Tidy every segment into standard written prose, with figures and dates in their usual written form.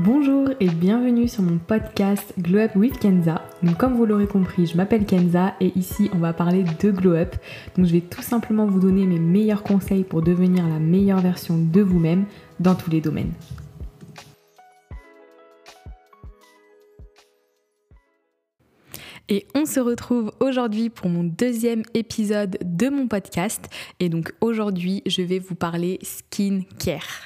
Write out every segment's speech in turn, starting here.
Bonjour et bienvenue sur mon podcast Glow Up with Kenza. Donc comme vous l'aurez compris, je m'appelle Kenza et ici on va parler de Glow Up. Donc je vais tout simplement vous donner mes meilleurs conseils pour devenir la meilleure version de vous-même dans tous les domaines. Et on se retrouve aujourd'hui pour mon deuxième épisode de mon podcast. Et donc aujourd'hui, je vais vous parler skincare.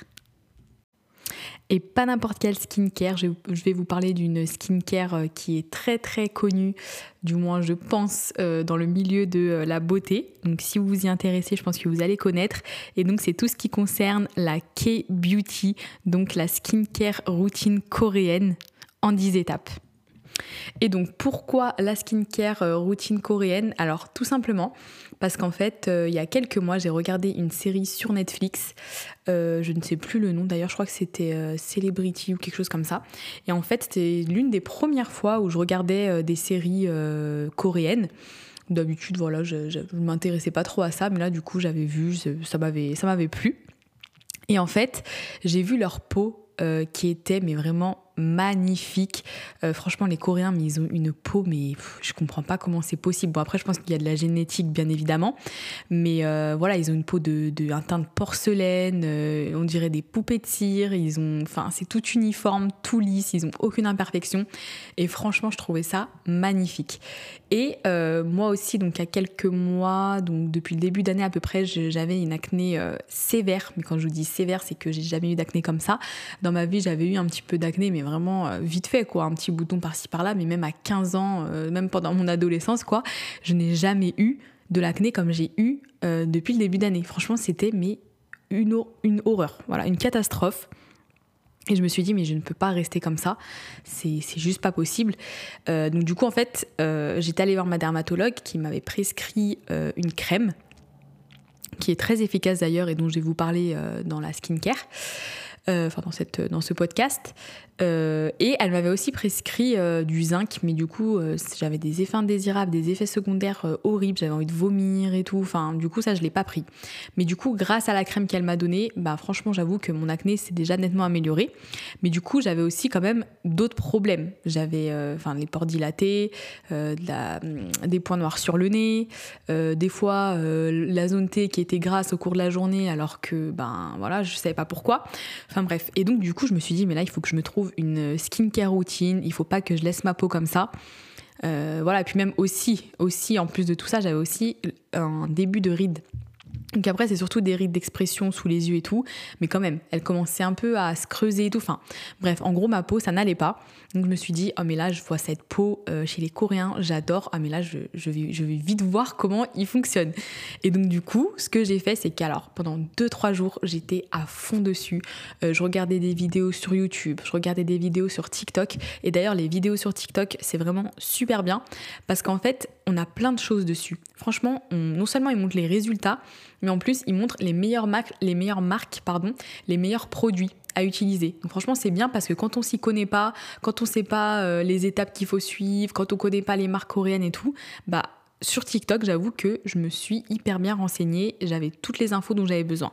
Et pas n'importe quelle skincare, je vais vous parler d'une skincare qui est très très connue, du moins je pense, dans le milieu de la beauté. Donc si vous vous y intéressez, je pense que vous allez connaître. Et donc c'est tout ce qui concerne la K-Beauty, donc la skincare routine coréenne en 10 étapes. Et donc pourquoi la skincare routine coréenne ? Alors tout simplement parce qu'en fait il y a quelques mois j'ai regardé une série sur Netflix, je ne sais plus le nom d'ailleurs, je crois que c'était Celebrity ou quelque chose comme ça. Et en fait c'était l'une des premières fois où je regardais des séries coréennes. D'habitude voilà, je ne m'intéressais pas trop à ça, mais là du coup j'avais vu, ça m'avait plu. Et en fait j'ai vu leur peau qui était mais vraiment magnifique. Franchement les Coréens mais ils ont une peau mais je comprends pas comment c'est possible. Bon après je pense qu'il y a de la génétique bien évidemment, mais voilà, ils ont une peau un teint de porcelaine, on dirait des poupées de cire, c'est tout uniforme, tout lisse, ils ont aucune imperfection et franchement je trouvais ça magnifique. Et moi aussi donc il y a quelques mois, donc depuis le début d'année à peu près, j'avais une acné sévère, mais quand je vous dis sévère c'est que j'ai jamais eu d'acné comme ça. Dans ma vie j'avais eu un petit peu d'acné mais vraiment vite fait quoi, un petit bouton par-ci par-là, mais même à 15 ans, même pendant mon adolescence quoi, je n'ai jamais eu de l'acné comme j'ai eu depuis le début d'année. Franchement c'était une horreur, voilà, une catastrophe. Et je me suis dit mais je ne peux pas rester comme ça, c'est juste pas possible. Donc du coup en fait j'étais allée voir ma dermatologue qui m'avait prescrit une crème qui est très efficace d'ailleurs et dont je vais vous parler dans la skincare. Dans ce podcast, et elle m'avait aussi prescrit du zinc, mais du coup j'avais des effets indésirables, des effets secondaires horribles, j'avais envie de vomir et tout, du coup ça je l'ai pas pris. Mais du coup grâce à la crème qu'elle m'a donnée, franchement j'avoue que mon acné s'est déjà nettement amélioré, mais du coup j'avais aussi quand même d'autres problèmes. J'avais les pores dilatés, des points noirs sur le nez, des fois la zone T qui était grasse au cours de la journée alors que voilà, je savais pas pourquoi. Enfin bref, et donc du coup je me suis dit mais là il faut que je me trouve une skincare routine, il faut pas que je laisse ma peau comme ça. Voilà, et puis même aussi en plus de tout ça, j'avais aussi un début de rides. Donc après c'est surtout des rides d'expression sous les yeux et tout, mais quand même elle commençait un peu à se creuser et tout, bref, en gros ma peau ça n'allait pas, donc je me suis dit oh mais là je vois cette peau chez les Coréens, j'adore, mais là je vais vite voir comment ils fonctionnent. Et donc du coup ce que j'ai fait c'est qu'alors pendant 2-3 jours j'étais à fond dessus, je regardais des vidéos sur YouTube, je regardais des vidéos sur TikTok, et d'ailleurs les vidéos sur TikTok c'est vraiment super bien parce qu'en fait on a plein de choses dessus. Franchement non seulement ils montrent les résultats, mais en plus ils montrent les meilleures marques, les meilleurs produits à utiliser. Donc franchement c'est bien parce que quand on s'y connaît pas, quand on sait pas les étapes qu'il faut suivre, quand on connaît pas les marques coréennes et tout, sur TikTok j'avoue que je me suis hyper bien renseignée, j'avais toutes les infos dont j'avais besoin.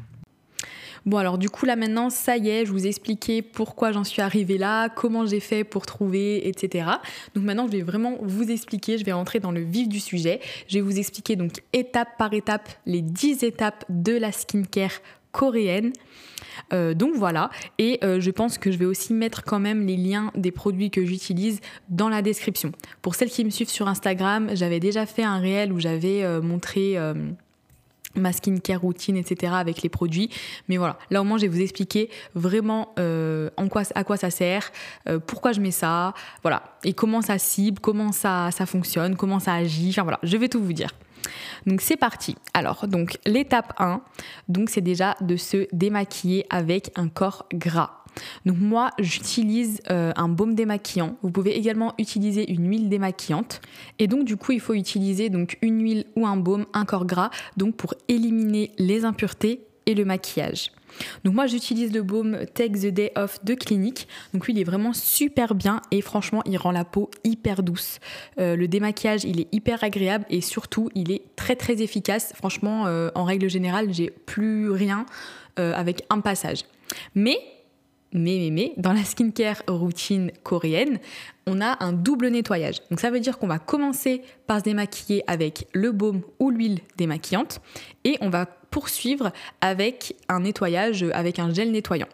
Bon alors du coup là maintenant ça y est, je vous ai expliqué pourquoi j'en suis arrivée là, comment j'ai fait pour trouver, etc. Donc maintenant je vais vraiment vous expliquer, je vais rentrer dans le vif du sujet. Je vais vous expliquer donc étape par étape les 10 étapes de la skincare coréenne. Donc voilà, et je pense que je vais aussi mettre quand même les liens des produits que j'utilise dans la description. Pour celles qui me suivent sur Instagram, j'avais déjà fait un réel où j'avais montré ma skincare routine, etc. avec les produits. Mais voilà, là au moins je vais vous expliquer vraiment à quoi ça sert, pourquoi je mets ça, voilà, et comment ça cible, comment ça fonctionne, comment ça agit, voilà, je vais tout vous dire. Donc c'est parti. Alors donc l'étape 1, donc c'est déjà de se démaquiller avec un corps gras. Donc moi j'utilise un baume démaquillant. Vous pouvez également utiliser une huile démaquillante. Et donc du coup il faut utiliser donc une huile ou un baume, un corps gras, donc pour éliminer les impuretés et le maquillage. Donc moi j'utilise le baume Take the Day Off de Clinique. Donc lui il est vraiment super bien et franchement il rend la peau hyper douce. Le démaquillage il est hyper agréable et surtout il est très très efficace. Franchement en règle générale j'ai plus rien avec un passage. Mais mais, dans la skincare routine coréenne, on a un double nettoyage. Donc ça veut dire qu'on va commencer par se démaquiller avec le baume ou l'huile démaquillante et on va poursuivre avec un nettoyage, avec un gel nettoyant.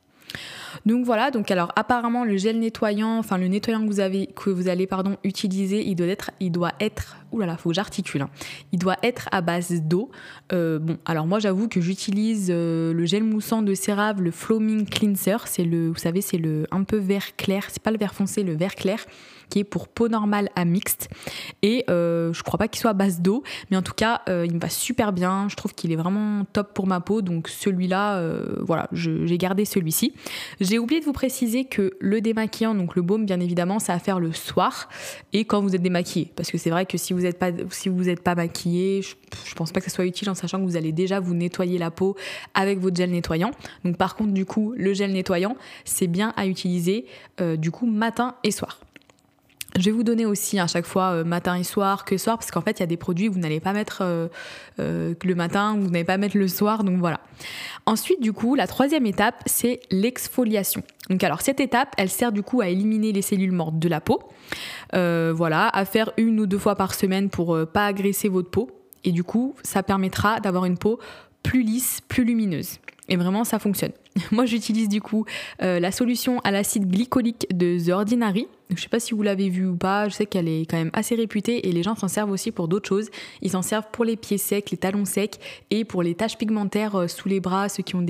Donc voilà, alors apparemment le gel nettoyant, enfin le nettoyant que vous allez utiliser, il doit être, oulala, faut que j'articule, il doit être à base d'eau. Alors moi j'avoue que j'utilise le gel moussant de CeraVe, le Foaming Cleanser, vous savez c'est le un peu vert clair, c'est pas le vert foncé, le vert clair, qui est pour peau normale à mixte et je crois pas qu'il soit à base d'eau, mais en tout cas il me va super bien, je trouve qu'il est vraiment top pour ma peau, donc celui-là voilà, j'ai gardé celui-ci. J'ai oublié de vous préciser que le démaquillant, donc le baume bien évidemment, ça va faire le soir et quand vous êtes démaquillé, parce que c'est vrai que si vous êtes pas maquillé, je pense pas que ça soit utile en sachant que vous allez déjà vous nettoyer la peau avec votre gel nettoyant. Donc par contre du coup le gel nettoyant c'est bien à utiliser du coup matin et soir. Je vais vous donner aussi à chaque fois matin et soir, que soir, parce qu'en fait il y a des produits que vous n'allez pas mettre le matin, vous n'allez pas mettre le soir, donc voilà. Ensuite du coup la troisième étape c'est l'exfoliation. Donc alors cette étape elle sert du coup à éliminer les cellules mortes de la peau, voilà, à faire 1 ou 2 fois par semaine pour pas agresser votre peau et du coup ça permettra d'avoir une peau plus lisse, plus lumineuse. Et vraiment ça fonctionne. Moi j'utilise du coup la solution à l'acide glycolique de The Ordinary. Je sais pas si vous l'avez vue ou pas, je sais qu'elle est quand même assez réputée et les gens s'en servent aussi pour d'autres choses. Ils s'en servent pour les pieds secs, les talons secs et pour les taches pigmentaires sous les bras, ceux qui ont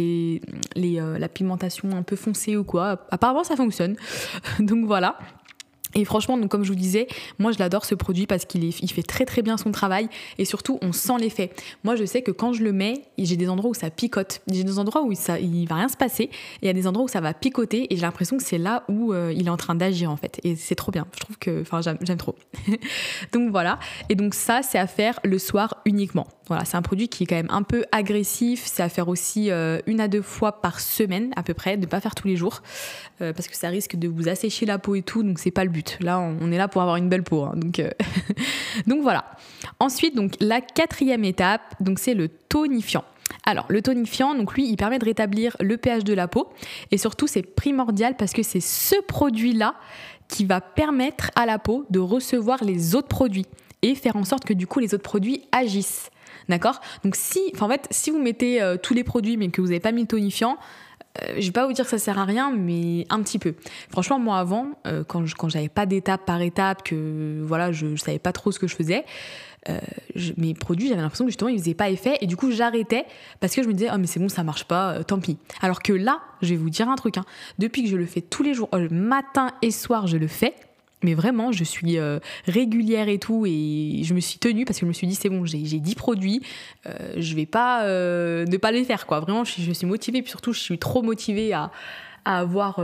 la pigmentation un peu foncée ou quoi. Apparemment ça fonctionne. Donc voilà. Et franchement, donc comme je vous disais, moi je l'adore ce produit parce qu'il fait très très bien son travail et surtout on sent l'effet. Moi je sais que quand je le mets, j'ai des endroits où ça picote, j'ai des endroits où il va rien se passer et il y a des endroits où ça va picoter et j'ai l'impression que c'est là où il est en train d'agir en fait. Et c'est trop bien, je trouve que, j'aime trop. Donc voilà, et donc ça c'est à faire le soir uniquement. Voilà, c'est un produit qui est quand même un peu agressif, c'est à faire aussi 1 à 2 fois par semaine à peu près, ne pas faire tous les jours parce que ça risque de vous assécher la peau et tout, donc c'est pas le but. Là, on est là pour avoir une belle peau, hein, donc voilà. Ensuite, donc la 4e étape, donc c'est le tonifiant. Alors, le tonifiant, donc lui, il permet de rétablir le pH de la peau et surtout, c'est primordial parce que c'est ce produit-là qui va permettre à la peau de recevoir les autres produits et faire en sorte que du coup, les autres produits agissent. D'accord ? Donc si vous mettez tous les produits mais que vous n'avez pas mis le tonifiant, je vais pas vous dire que ça sert à rien, mais un petit peu. Franchement, moi avant, quand j'avais pas d'étape par étape, que voilà, je savais pas trop ce que je faisais, mes produits, j'avais l'impression que justement ils faisaient pas effet et du coup j'arrêtais parce que je me disais mais c'est bon, ça marche pas, tant pis. Alors que là, je vais vous dire un truc, depuis que je le fais tous les jours, matin et soir, je le fais. Mais vraiment, je suis régulière et tout, et je me suis tenue parce que je me suis dit c'est bon, j'ai 10 produits, je vais pas ne pas les faire quoi. Vraiment, je suis motivée, puis surtout je suis trop motivée à avoir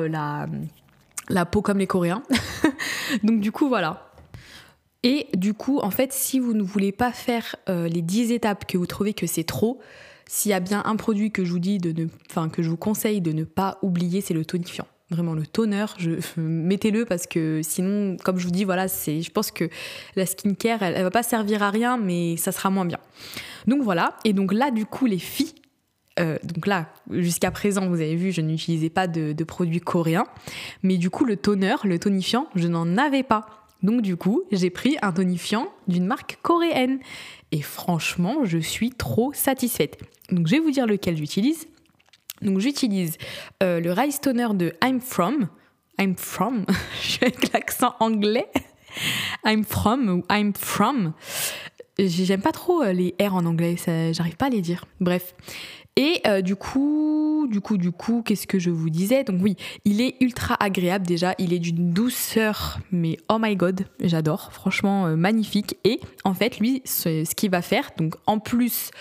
la peau comme les Coréens. Donc du coup voilà. Et du coup, en fait, si vous ne voulez pas faire les 10 étapes, que vous trouvez que c'est trop, s'il y a bien un produit que je vous dis que je vous conseille de ne pas oublier, c'est le tonifiant. Vraiment le toner, mettez-le parce que sinon, comme je vous dis, voilà, je pense que la skincare, elle va pas servir à rien, mais ça sera moins bien. Donc voilà, et donc là, du coup, les filles, donc là, jusqu'à présent, vous avez vu, je n'utilisais pas de produits coréens, mais du coup, le toner, le tonifiant, je n'en avais pas. Donc du coup, j'ai pris un tonifiant d'une marque coréenne. Et franchement, je suis trop satisfaite. Donc je vais vous dire lequel j'utilise. Donc j'utilise le Rice Toner de I'm From, je suis avec l'accent anglais, I'm From. J'aime pas trop les R en anglais, j'arrive pas à les dire. Bref. Et du coup, qu'est-ce que je vous disais ? Donc oui, il est ultra agréable déjà, il est d'une douceur, mais oh my god, j'adore, franchement magnifique. Et en fait, lui, ce qu'il va faire, donc en plus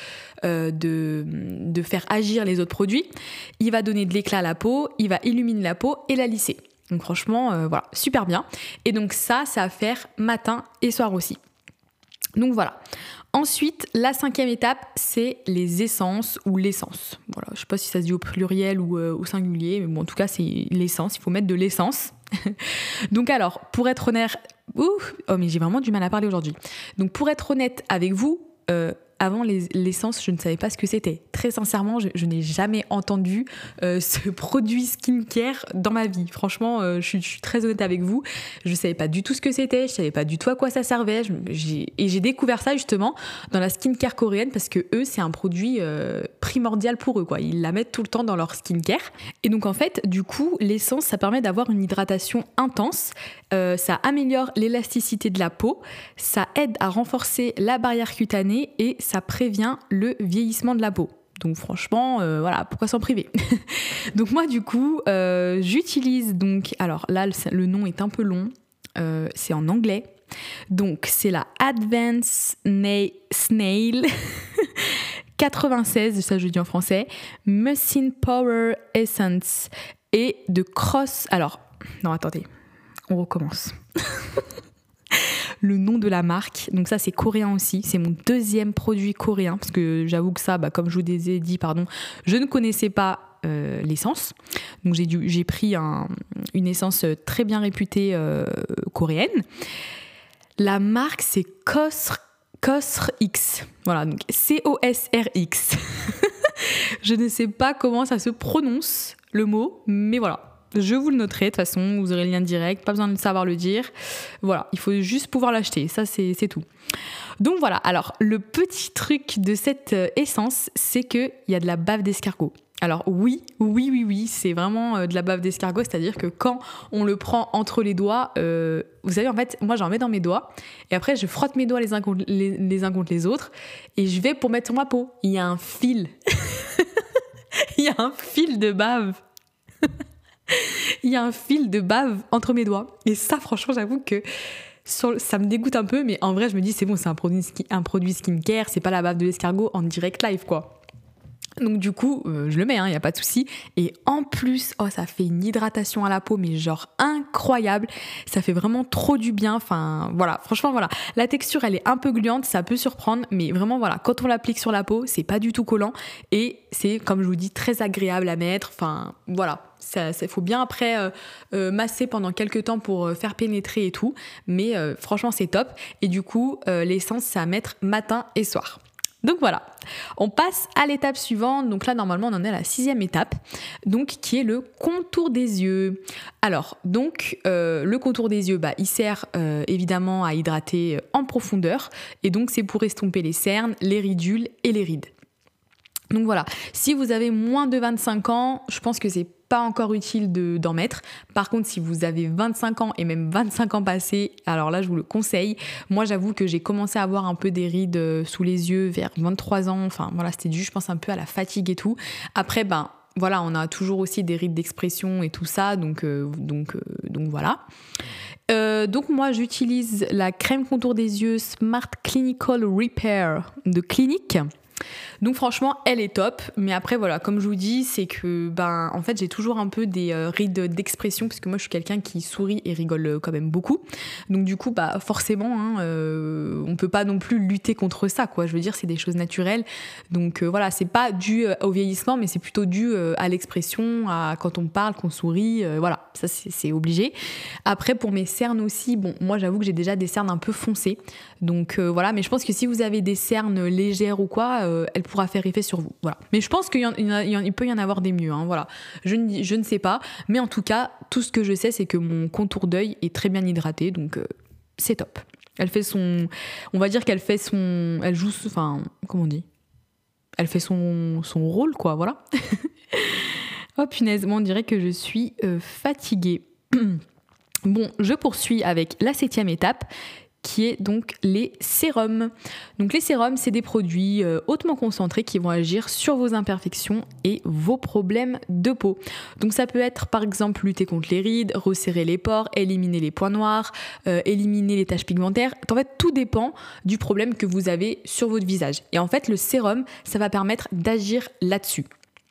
de faire agir les autres produits, il va donner de l'éclat à la peau, il va illuminer la peau et la lisser. Donc franchement, voilà, super bien. Et donc ça à faire matin et soir aussi. Donc voilà. Ensuite, la 5e étape, c'est les essences ou l'essence. Voilà, je sais pas si ça se dit au pluriel ou au singulier, mais bon, en tout cas, c'est l'essence. Il faut mettre de l'essence. Donc alors, pour être honnête... mais j'ai vraiment du mal à parler aujourd'hui. Donc pour être honnête avec vous, avant l'essence, je ne savais pas ce que c'était. Très sincèrement, je n'ai jamais entendu ce produit skincare dans ma vie. Franchement, je suis très honnête avec vous. Je ne savais pas du tout ce que c'était, je ne savais pas du tout à quoi ça servait. Et j'ai découvert ça justement dans la skincare coréenne parce que eux, c'est un produit primordial pour eux, quoi. Ils la mettent tout le temps dans leur skincare. Et donc en fait, du coup, l'essence, ça permet d'avoir une hydratation intense. Ça améliore l'élasticité de la peau, ça aide à renforcer la barrière cutanée et ça prévient le vieillissement de la peau. Donc franchement, voilà, pourquoi s'en priver? Donc moi du coup, j'utilise donc, alors là le nom est un peu long, c'est en anglais. Donc c'est la Advanced Snail 96, ça je dis en français, Mucin Power Essence et de Cross. Alors, non attendez, on recommence. Le nom de la marque, donc ça c'est coréen aussi, c'est mon deuxième produit coréen parce que j'avoue que ça, comme je vous ai dit, je ne connaissais pas l'essence, donc j'ai pris une essence très bien réputée coréenne. La marque c'est COSRX, voilà, donc COSRX. Je ne sais pas comment ça se prononce le mot, mais voilà. Je vous le noterai, de toute façon, vous aurez le lien direct, pas besoin de savoir le dire. Voilà, il faut juste pouvoir l'acheter, ça c'est tout. Donc voilà, alors le petit truc de cette essence, c'est qu'il y a de la bave d'escargot. Alors oui, c'est vraiment de la bave d'escargot, c'est-à-dire que quand on le prend entre les doigts, vous savez en fait, moi j'en mets dans mes doigts et après je frotte mes doigts les uns contre les autres et je vais pour mettre sur ma peau. Il y a un fil, il y a un fil de bave. Il y a un fil de bave entre mes doigts. Et ça, franchement, j'avoue que ça me dégoûte un peu, mais en vrai, je me dis, c'est bon, c'est un produit skincare, c'est pas la bave de l'escargot en direct live, quoi. Donc du coup, je le mets, il n'y a pas de souci. Et en plus, ça fait une hydratation à la peau, mais genre incroyable. Ça fait vraiment trop du bien. Enfin, voilà, franchement, voilà. La texture, elle est un peu gluante, ça peut surprendre, mais vraiment, voilà, quand on l'applique sur la peau, c'est pas du tout collant. Et c'est, comme je vous dis, très agréable à mettre. Enfin, voilà. Ça faut bien après masser pendant quelques temps pour faire pénétrer et tout. Mais franchement, c'est top. Et du coup, l'essence, c'est à mettre matin et soir. Donc voilà, on passe à l'étape suivante. Donc là, normalement, on en est à la 6e étape, donc qui est le contour des yeux. Alors, donc, le contour des yeux, il sert évidemment à hydrater en profondeur. Et donc, c'est pour estomper les cernes, les ridules et les rides. Donc voilà, si vous avez moins de 25 ans, je pense que c'est pas encore utile d'en mettre. Par contre, si vous avez 25 ans et même 25 ans passés, alors là, je vous le conseille. Moi, j'avoue que j'ai commencé à avoir un peu des rides sous les yeux vers 23 ans. Enfin, voilà, c'était dû, je pense, un peu à la fatigue et tout. Après, voilà, on a toujours aussi des rides d'expression et tout ça. Donc voilà. Donc moi, j'utilise la crème contour des yeux Smart Clinical Repair de Clinique. Donc franchement, elle est top. Mais après, voilà, comme je vous dis, c'est que en fait, j'ai toujours un peu des rides d'expression parce que moi, je suis quelqu'un qui sourit et rigole quand même beaucoup. Donc du coup, forcément, on peut pas non plus lutter contre ça, quoi. Je veux dire, c'est des choses naturelles. Donc voilà, c'est pas dû au vieillissement, mais c'est plutôt dû à l'expression, à quand on parle, qu'on sourit. Voilà, ça c'est obligé. Après, pour mes cernes aussi, moi, j'avoue que j'ai déjà des cernes un peu foncées. Donc voilà, mais je pense que si vous avez des cernes légères ou quoi, elle pourra faire effet sur vous. Voilà. Mais je pense qu'il peut y en avoir des mieux. Voilà. Je ne sais pas. Mais en tout cas, tout ce que je sais, c'est que mon contour d'œil est très bien hydraté. Donc, c'est top. Elle fait son... On va dire qu'elle fait son... Elle joue... Enfin, comment on dit ? Elle fait son rôle, quoi. Voilà. Oh, punaise. Moi, on dirait que je suis fatiguée. Bon, je poursuis avec la 7e étape, qui est donc les sérums. Donc les sérums, c'est des produits hautement concentrés qui vont agir sur vos imperfections et vos problèmes de peau. Donc ça peut être par exemple lutter contre les rides, resserrer les pores, éliminer les points noirs, éliminer les taches pigmentaires. En fait, tout dépend du problème que vous avez sur votre visage. Et en fait, le sérum, ça va permettre d'agir là-dessus.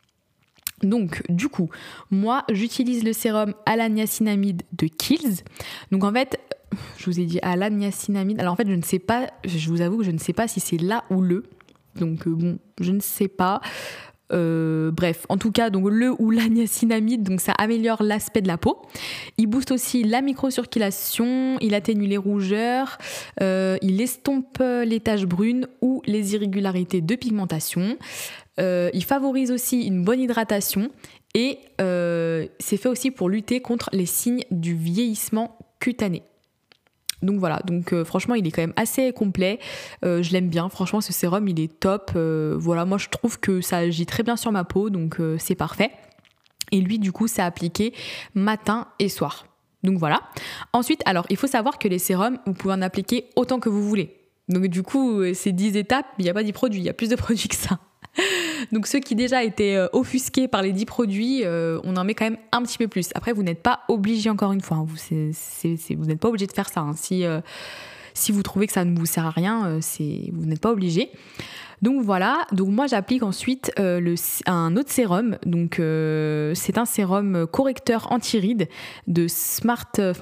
Donc du coup, moi j'utilise le sérum à la niacinamide de Kiehl's. Donc en fait, je vous ai dit à la niacinamide. Alors en fait, je ne sais pas, je vous avoue que je ne sais pas si c'est là ou le. Donc je ne sais pas. Bref, en tout cas, donc le ou la niacinamide, donc ça améliore l'aspect de la peau. Il booste aussi la microcirculation, il atténue les rougeurs, il estompe les taches brunes ou les irrégularités de pigmentation. Il favorise aussi une bonne hydratation et c'est fait aussi pour lutter contre les signes du vieillissement cutané. Donc voilà, franchement il est quand même assez complet, je l'aime bien, franchement ce sérum il est top, voilà, moi je trouve que ça agit très bien sur ma peau, donc c'est parfait. Et lui du coup c'est appliqué matin et soir. Donc voilà. Ensuite, alors il faut savoir que les sérums, vous pouvez en appliquer autant que vous voulez. Donc du coup c'est 10 étapes, mais il n'y a pas 10 produits, il y a plus de produits que ça. Donc ceux qui déjà étaient offusqués par les 10 produits, on en met quand même un petit peu plus. Après, vous n'êtes pas obligé, encore une fois, hein, vous n'êtes pas obligé de faire ça. Hein. Si vous trouvez que ça ne vous sert à rien, vous n'êtes pas obligé. Donc voilà, donc moi j'applique ensuite un autre sérum. Donc c'est un sérum correcteur anti-rides de Smart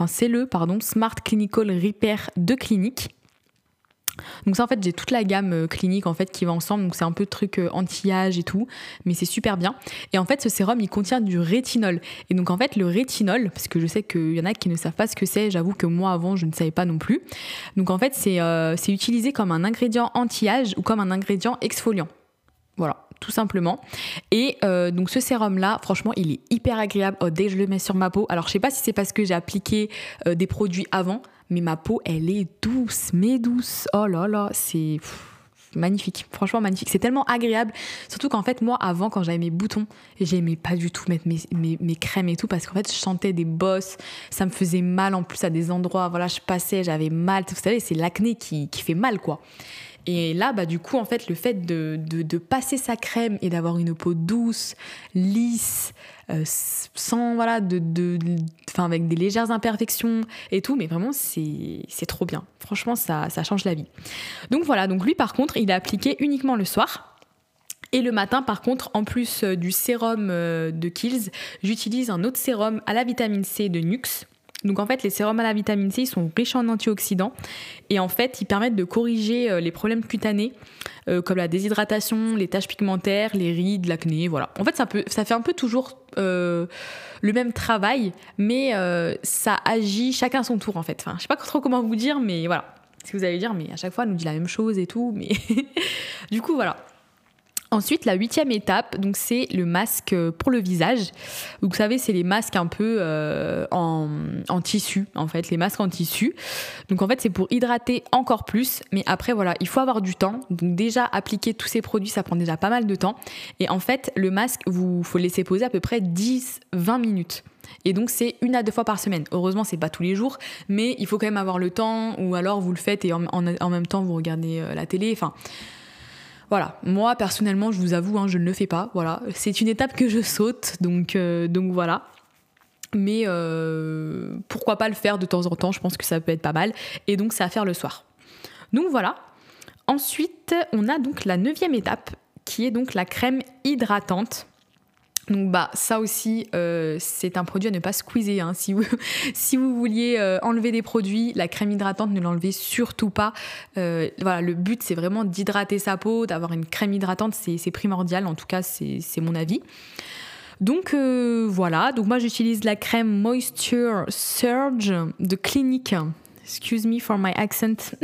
Clinical Repair de Clinique. Donc ça en fait j'ai toute la gamme clinique en fait qui va ensemble, donc c'est un peu de truc anti-âge et tout, mais c'est super bien. Et en fait ce sérum il contient du rétinol, et donc en fait le rétinol, parce que je sais qu'il y en a qui ne savent pas ce que c'est, j'avoue que moi avant je ne savais pas non plus. Donc en fait c'est utilisé comme un ingrédient anti-âge ou comme un ingrédient exfoliant. Voilà, tout simplement. Et donc ce sérum là, franchement il est hyper agréable dès que je le mets sur ma peau. Alors je sais pas si c'est parce que j'ai appliqué des produits avant, mais ma peau elle est douce, mais douce. Oh là là, c'est magnifique, franchement magnifique. C'est tellement agréable, surtout qu'en fait moi avant quand j'avais mes boutons, j'aimais pas du tout mettre mes crèmes et tout, parce qu'en fait je sentais des bosses, ça me faisait mal en plus à des endroits, voilà je passais, j'avais mal, vous savez c'est l'acné qui fait mal quoi. Et là, bah, du coup, en fait, le fait de passer sa crème et d'avoir une peau douce, lisse, sans, voilà, avec des légères imperfections et tout, mais vraiment, c'est trop bien. Franchement, ça change la vie. Donc voilà, donc lui, par contre, il est appliqué uniquement le soir. Et le matin, par contre, en plus du sérum de Kiehl's, j'utilise un autre sérum à la vitamine C de Nuxe. Donc en fait, les sérums à la vitamine C, ils sont riches en antioxydants et en fait, ils permettent de corriger les problèmes cutanés comme la déshydratation, les taches pigmentaires, les rides, l'acné, voilà. En fait, ça fait un peu toujours le même travail, mais ça agit chacun à son tour en fait. Enfin, je sais pas trop comment vous dire, mais voilà. Ce que vous allez dire, mais à chaque fois, elle nous dit la même chose et tout, mais du coup, voilà. Ensuite, la 8e étape, donc c'est le masque pour le visage. Donc, vous savez, c'est les masques un peu en tissu, en fait, les masques en tissu. Donc, en fait, c'est pour hydrater encore plus. Mais après, voilà, il faut avoir du temps. Donc, déjà, appliquer tous ces produits, ça prend déjà pas mal de temps. Et en fait, le masque, faut le laisser poser à peu près 10-20 minutes. Et donc, c'est 1 à 2 fois par semaine. Heureusement, c'est pas tous les jours, mais il faut quand même avoir le temps. Ou alors, vous le faites et en même temps, vous regardez la télé. Enfin... Voilà, moi personnellement, je vous avoue, je ne le fais pas. Voilà, c'est une étape que je saute, donc voilà. Mais pourquoi pas le faire de temps en temps, je pense que ça peut être pas mal. Et donc, c'est à faire le soir. Donc voilà. Ensuite, on a donc la 9e étape, qui est donc la crème hydratante. Donc ça aussi c'est un produit à ne pas squeezer, hein. Si vous vouliez enlever des produits, la crème hydratante ne l'enlevez surtout pas. Voilà, le but c'est vraiment d'hydrater sa peau, d'avoir une crème hydratante, c'est primordial, en tout cas c'est mon avis. Donc voilà, donc moi j'utilise la crème Moisture Surge de Clinique. Excuse me for my accent.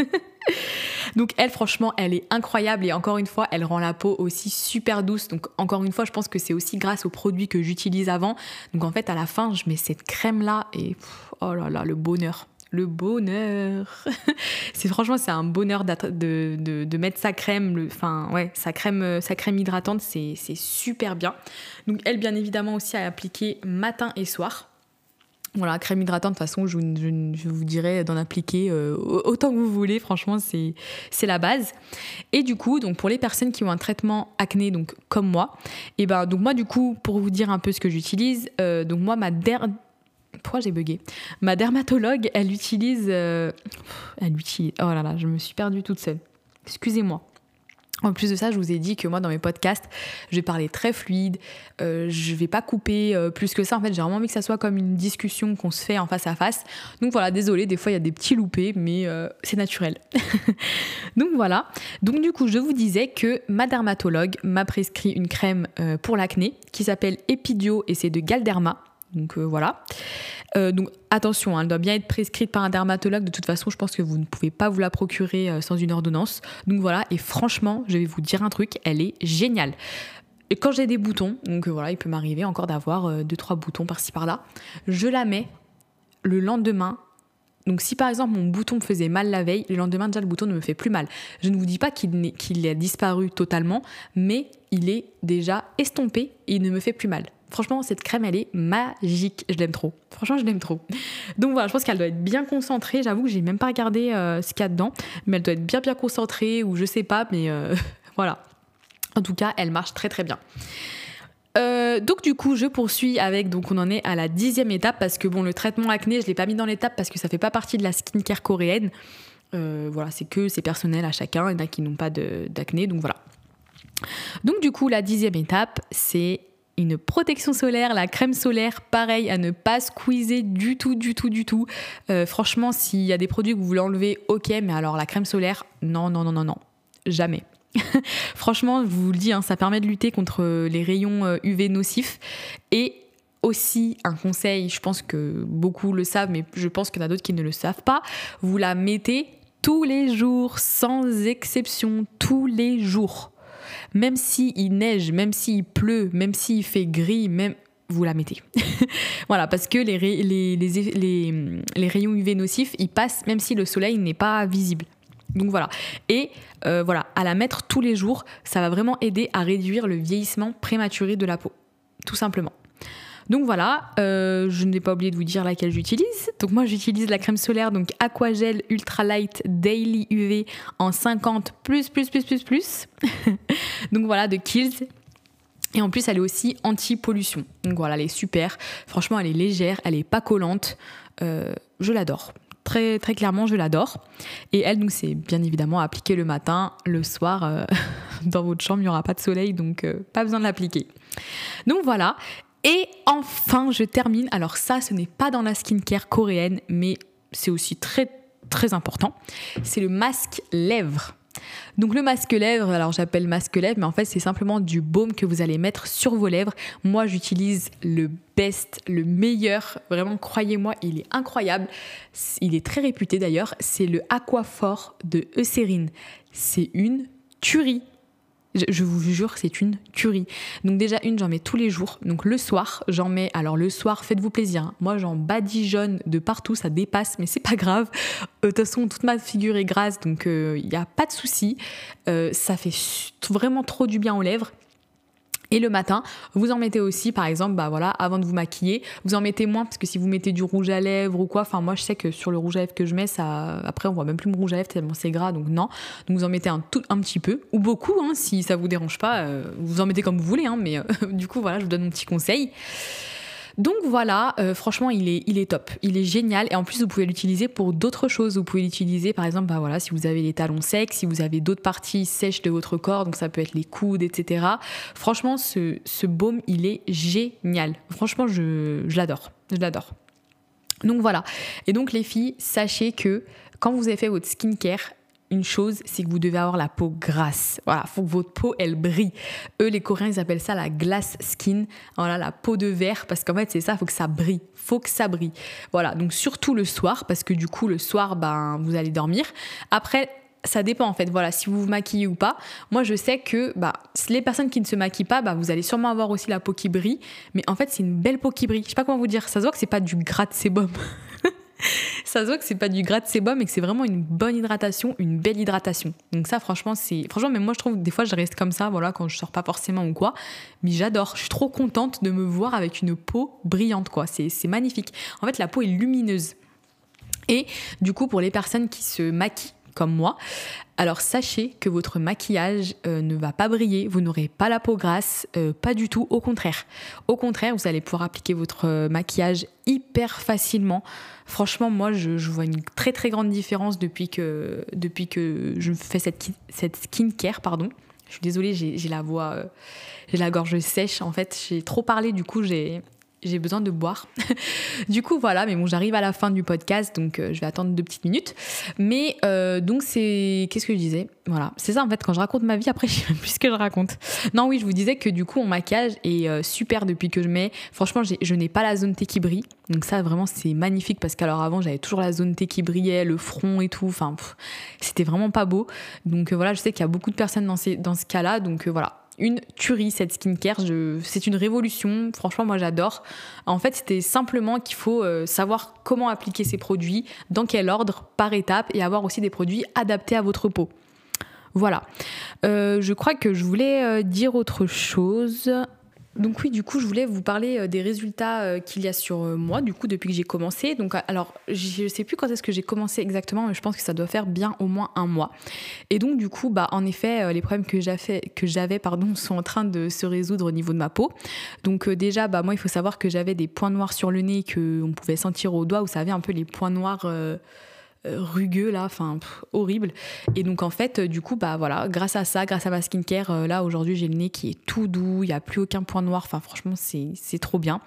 Donc elle, franchement, elle est incroyable et encore une fois, elle rend la peau aussi super douce. Donc encore une fois, je pense que c'est aussi grâce aux produits que j'utilise avant. Donc en fait, à la fin, je mets cette crème-là et oh là là, le bonheur. Le bonheur. Franchement, c'est un bonheur de mettre sa crème, sa crème hydratante, c'est super bien. Donc elle, bien évidemment, aussi à appliquer matin et soir. Voilà, crème hydratante, de toute façon, je vous dirais d'en appliquer autant que vous voulez. Franchement, c'est la base. Et du coup, donc pour les personnes qui ont un traitement acné, donc comme moi, et donc moi, du coup, pour vous dire un peu ce que j'utilise, donc moi, pourquoi j'ai bugué ? Ma dermatologue, elle utilise... oh là là, je me suis perdue toute seule. Excusez-moi. En plus de ça, je vous ai dit que moi, dans mes podcasts, je vais parler très fluide, je vais pas couper plus que ça. En fait, j'ai vraiment envie que ça soit comme une discussion qu'on se fait en face à face. Donc voilà, désolée, des fois, il y a des petits loupés, mais c'est naturel. Donc voilà. Donc du coup, je vous disais que ma dermatologue m'a prescrit une crème pour l'acné qui s'appelle Epidio et c'est de Galderma. Donc voilà. Donc attention, elle doit bien être prescrite par un dermatologue. De toute façon, je pense que vous ne pouvez pas vous la procurer sans une ordonnance. Donc voilà, et franchement, je vais vous dire un truc, elle est géniale. Et quand j'ai des boutons, donc voilà, il peut m'arriver encore d'avoir 2-3 boutons par-ci par-là, je la mets le lendemain. Donc si par exemple mon bouton me faisait mal la veille, le lendemain déjà le bouton ne me fait plus mal. Je ne vous dis pas qu'il a disparu totalement, mais il est déjà estompé et il ne me fait plus mal. Franchement, cette crème, elle est magique. Je l'aime trop. Franchement, je l'aime trop. Donc voilà, je pense qu'elle doit être bien concentrée. J'avoue que j'ai même pas regardé ce qu'il y a dedans, mais elle doit être bien concentrée ou je sais pas, mais voilà. En tout cas, elle marche très très bien. Donc du coup, je poursuis avec, donc on en est à la 10e étape parce que bon, le traitement acné, je l'ai pas mis dans l'étape parce que ça fait pas partie de la skincare coréenne. Voilà, c'est personnel à chacun. Il y en a qui n'ont pas d'acné, donc voilà. Donc du coup, la 10e étape, c'est une protection solaire, la crème solaire, pareil, à ne pas squeezer du tout. Franchement, s'il y a des produits que vous voulez enlever, ok, mais alors la crème solaire, non, jamais. Franchement, je vous le dis, ça permet de lutter contre les rayons UV nocifs. Et aussi, un conseil, je pense que beaucoup le savent, mais je pense qu'il y en a d'autres qui ne le savent pas, vous la mettez tous les jours, sans exception, tous les jours. Même s'il neige, même s'il pleut, même s'il fait gris, même vous la mettez. Voilà, parce que les rayons UV nocifs, ils passent même si le soleil n'est pas visible. Donc voilà. Et voilà, à la mettre tous les jours, ça va vraiment aider à réduire le vieillissement prématuré de la peau, tout simplement. Donc voilà, je n'ai pas oublié de vous dire laquelle j'utilise. Donc moi j'utilise la crème solaire, donc Aquagel Ultra Light Daily UV en 50 plus. Donc voilà, de Kiehl's. Et en plus elle est aussi anti-pollution. Donc voilà, elle est super. Franchement elle est légère, elle est pas collante. Je l'adore. Très, très clairement, je l'adore. Et elle, donc, c'est bien évidemment appliquée le matin, le soir. Dans votre chambre, il n'y aura pas de soleil, donc pas besoin de l'appliquer. Donc voilà. Et enfin, je termine. Alors ça, ce n'est pas dans la skincare coréenne, mais c'est aussi très, très important. C'est le masque lèvres. Donc le masque lèvres, alors j'appelle masque lèvres, mais en fait c'est simplement du baume que vous allez mettre sur vos lèvres. Moi j'utilise le best, le meilleur, vraiment croyez-moi, il est incroyable. Il est très réputé d'ailleurs, c'est le Aquaphor de Eucérine. C'est une tuerie. Je vous jure, c'est une tuerie. Donc déjà j'en mets tous les jours. Donc le soir, j'en mets. Alors le soir, faites-vous plaisir. Moi, j'en badigeonne de partout, ça dépasse, mais c'est pas grave. De toute façon, toute ma figure est grasse, donc il n'y a pas de souci. Ça fait vraiment trop du bien aux lèvres. Et le matin, vous en mettez aussi, par exemple, voilà, avant de vous maquiller, vous en mettez moins parce que si vous mettez du rouge à lèvres ou quoi, enfin moi je sais que sur le rouge à lèvres que je mets, ça, après on voit même plus mon rouge à lèvres tellement c'est gras, donc non. Donc vous en mettez un petit peu ou beaucoup, si ça vous dérange pas, vous en mettez comme vous voulez, mais du coup voilà, je vous donne mon petit conseil. Donc voilà, franchement il est top, il est génial et en plus vous pouvez l'utiliser pour d'autres choses. Vous pouvez l'utiliser par exemple voilà, si vous avez les talons secs, si vous avez d'autres parties sèches de votre corps, donc ça peut être les coudes, etc. Franchement ce baume il est génial, franchement je l'adore. Donc voilà, et donc les filles, sachez que quand vous avez fait votre skincare, une chose, c'est que vous devez avoir la peau grasse. Voilà, faut que votre peau, elle brille. Eux, les Coréens, ils appellent ça la glass skin. Voilà, la peau de verre, parce qu'en fait, c'est ça, faut que ça brille. Voilà, donc surtout le soir, parce que du coup, le soir, vous allez dormir. Après, ça dépend en fait, voilà, si vous vous maquillez ou pas. Moi, je sais que les personnes qui ne se maquillent pas, vous allez sûrement avoir aussi la peau qui brille. Mais en fait, c'est une belle peau qui brille. Je sais pas comment vous dire, ça se voit que c'est pas du gras de sébum. Ça se voit que c'est pas du gras de sébum et que c'est vraiment une bonne hydratation, une belle hydratation. Donc ça franchement même moi je trouve des fois je reste comme ça voilà quand je sors pas forcément ou quoi, mais j'adore, je suis trop contente de me voir avec une peau brillante quoi, c'est magnifique. En fait la peau est lumineuse. Et du coup pour les personnes qui se maquillent comme moi, alors sachez que votre maquillage ne va pas briller, vous n'aurez pas la peau grasse, pas du tout, au contraire. Au contraire, vous allez pouvoir appliquer votre maquillage hyper facilement. Franchement, moi, je vois une très très grande différence depuis que je fais cette skincare, pardon. Je suis désolée, j'ai la voix, j'ai la gorge sèche. En fait, j'ai trop parlé, du coup, j'ai besoin de boire. Du coup, voilà, mais bon, j'arrive à la fin du podcast, donc je vais attendre 2 petites minutes. Mais donc, qu'est-ce que je disais ? Voilà, c'est ça en fait, quand je raconte ma vie, après, je sais même plus ce que je raconte. Non, oui, je vous disais que du coup, mon maquillage est super depuis que je mets. Franchement, je n'ai pas la zone T qui brille. Donc ça, vraiment, c'est magnifique parce qu'alors avant, j'avais toujours la zone T qui brillait, le front et tout. Enfin, c'était vraiment pas beau. Donc voilà, je sais qu'il y a beaucoup de personnes dans ce cas-là. Donc voilà. Une tuerie cette skincare, c'est une révolution, franchement moi j'adore. En fait c'était simplement qu'il faut savoir comment appliquer ces produits, dans quel ordre, par étape, et avoir aussi des produits adaptés à votre peau. Voilà, je crois que je voulais dire autre chose. Donc oui, du coup, je voulais vous parler des résultats qu'il y a sur moi, du coup, depuis que j'ai commencé. Donc, alors, je ne sais plus quand est-ce que j'ai commencé exactement, mais je pense que ça doit faire bien au moins 1 mois. Et donc, du coup, en effet, les problèmes que j'avais, sont en train de se résoudre au niveau de ma peau. Donc, déjà, moi, il faut savoir que j'avais des points noirs sur le nez qu'on pouvait sentir au doigt. Vous savez, un peu les points noirs rugueux là, horrible. Et donc en fait du coup voilà, grâce à ça, grâce à ma skincare, là aujourd'hui j'ai le nez qui est tout doux, il n'y a plus aucun point noir, franchement c'est trop bien.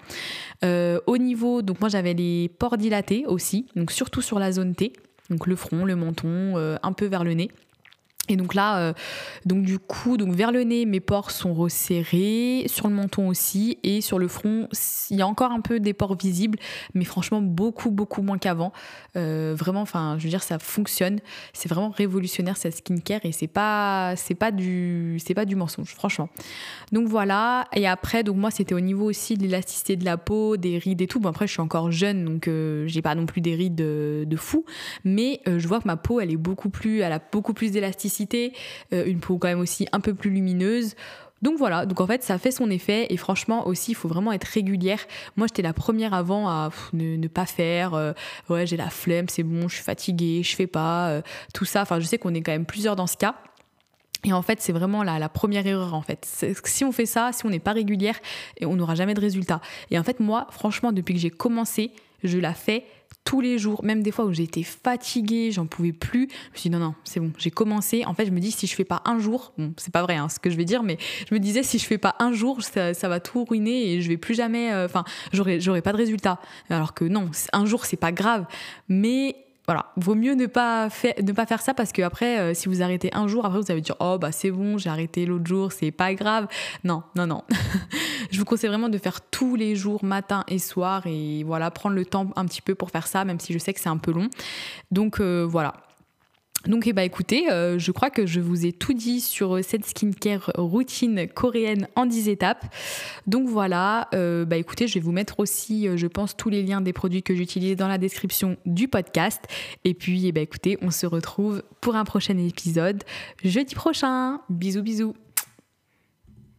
Au niveau, donc moi j'avais les pores dilatés aussi, donc surtout sur la zone T, donc le front, le menton, un peu vers le nez. Et donc là, donc vers le nez, mes pores sont resserrés, sur le menton aussi, et sur le front, il y a encore un peu des pores visibles, mais franchement beaucoup moins qu'avant. Vraiment, je veux dire, ça fonctionne. C'est vraiment révolutionnaire cette skincare et c'est pas du mensonge, franchement. Donc voilà. Et après, donc moi, c'était au niveau aussi de l'élasticité de la peau, des rides et tout. Bon après, je suis encore jeune, donc j'ai pas non plus des rides de fou, mais je vois que ma peau, elle a beaucoup plus d'élasticité. Une peau quand même aussi un peu plus lumineuse. Donc voilà, donc en fait ça fait son effet et franchement aussi il faut vraiment être régulière. Moi j'étais la première avant à ne pas faire, ouais j'ai la flemme, c'est bon, je suis fatiguée, je fais pas, tout ça. Je sais qu'on est quand même plusieurs dans ce cas. Et en fait, c'est vraiment la première erreur en fait. Si on fait ça, si on n'est pas régulière, on n'aura jamais de résultat. Et en fait moi, franchement, depuis que j'ai commencé, je la fais tous les jours, même des fois où j'ai été fatiguée, j'en pouvais plus. Je me suis dit non, c'est bon, j'ai commencé. En fait, je me dis si je fais pas un jour, bon, c'est pas vrai ce que je vais dire, mais je me disais si je fais pas un jour, ça va tout ruiner et je vais plus jamais, j'aurai pas de résultat. Alors que non, un jour c'est pas grave, mais voilà, vaut mieux ne pas faire ça parce que après, si vous arrêtez un jour, après vous allez dire oh c'est bon, j'ai arrêté l'autre jour, c'est pas grave. Non. Je vous conseille vraiment de faire tous les jours, matin et soir, et voilà, prendre le temps un petit peu pour faire ça, même si je sais que c'est un peu long. Donc voilà. Donc écoutez, je crois que je vous ai tout dit sur cette skincare routine coréenne en 10 étapes. Donc voilà, écoutez, je vais vous mettre aussi, je pense, tous les liens des produits que j'utilise dans la description du podcast. Et puis écoutez, on se retrouve pour un prochain épisode jeudi prochain. Bisous.